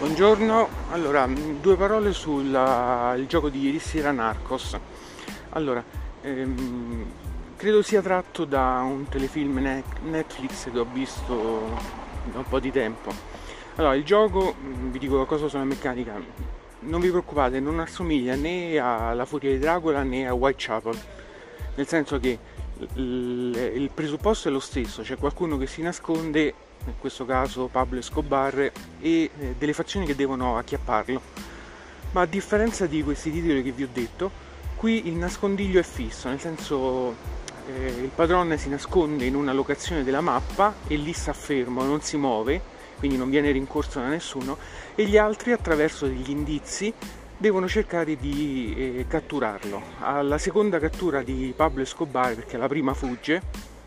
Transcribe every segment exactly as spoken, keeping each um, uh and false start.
Buongiorno, allora due parole sul il gioco di ieri sera Narcos. Allora, ehm, credo sia tratto da un telefilm ne- Netflix che ho visto da un po' di tempo. Allora, il gioco, mm, vi dico cosa sulla meccanica, non vi preoccupate, non assomiglia né alla Furia di Dracula né a Whitechapel, nel senso che il, il presupposto è lo stesso, c'è qualcuno che si nasconde, in questo caso Pablo Escobar, e eh, delle fazioni che devono acchiapparlo. Ma a differenza di questi titoli che vi ho detto, qui il nascondiglio è fisso, nel senso eh, il padrone si nasconde in una locazione della mappa e lì sta fermo, non si muove, quindi non viene rincorso da nessuno, e gli altri attraverso degli indizi devono cercare di eh, catturarlo. Alla seconda cattura di Pablo Escobar, perché la prima fugge,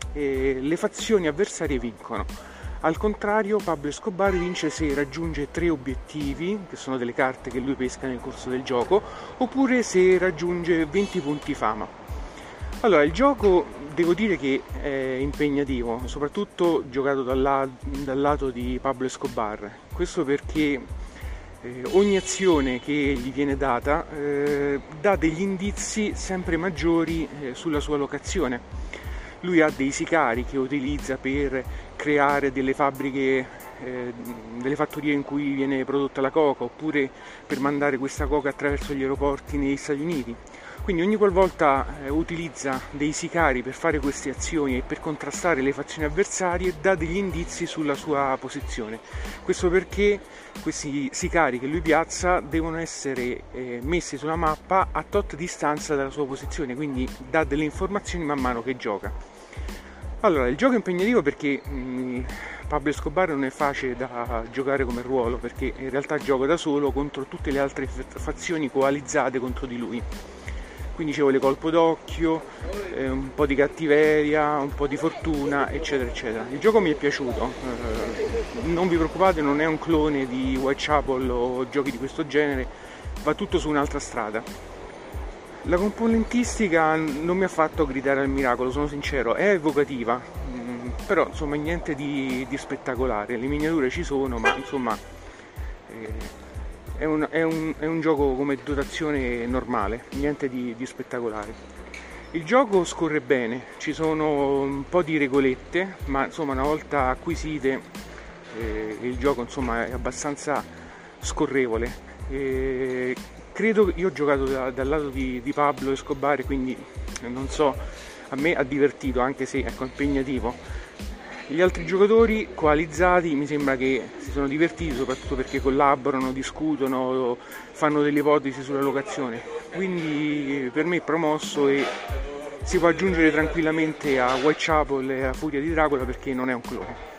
eh, le fazioni avversarie vincono. Al contrario, Pablo Escobar vince se raggiunge tre obiettivi, che sono delle carte che lui pesca nel corso del gioco, oppure se raggiunge venti punti fama. Allora, il gioco devo dire che è impegnativo, soprattutto giocato dal, la- dal lato di Pablo Escobar. Questo perché eh, ogni azione che gli viene data eh, dà degli indizi sempre maggiori eh, sulla sua locazione. Lui ha dei sicari che utilizza per creare delle fabbriche, eh, delle fattorie in cui viene prodotta la coca, oppure per mandare questa coca attraverso gli aeroporti negli Stati Uniti. Quindi ogni qualvolta eh, utilizza dei sicari per fare queste azioni e per contrastare le fazioni avversarie, dà degli indizi sulla sua posizione. Questo perché questi sicari che lui piazza devono essere eh, messi sulla mappa a tot distanza dalla sua posizione, quindi dà delle informazioni man mano che gioca. Allora, il gioco è impegnativo perché mh, Pablo Escobar non è facile da giocare come ruolo, perché in realtà gioca da solo contro tutte le altre fazioni coalizzate contro di lui. Quindi ci vuole colpo d'occhio, eh, un po' di cattiveria, un po' di fortuna, eccetera eccetera. Il gioco mi è piaciuto, eh, non vi preoccupate, non è un clone di Whitechapel o giochi di questo genere, va tutto su un'altra strada. La componentistica non mi ha fatto gridare al miracolo, sono sincero, è evocativa, mh, però insomma niente di, di spettacolare, le miniature ci sono, ma insomma eh, è, un, è, un, è un gioco come dotazione normale, niente di, di spettacolare. Il gioco scorre bene, ci sono un po' di regolette, ma insomma una volta acquisite eh, il gioco insomma è abbastanza scorrevole. Eh, credo io ho giocato da, dal lato di, di Pablo Escobar, quindi non so, a me ha divertito, anche se ecco, impegnativo. Gli altri giocatori coalizzati mi sembra che si sono divertiti, soprattutto perché collaborano, discutono, fanno delle ipotesi sulla locazione, quindi per me è promosso e si può aggiungere tranquillamente a Whitechapel e a Furia di Dracula perché non è un clone.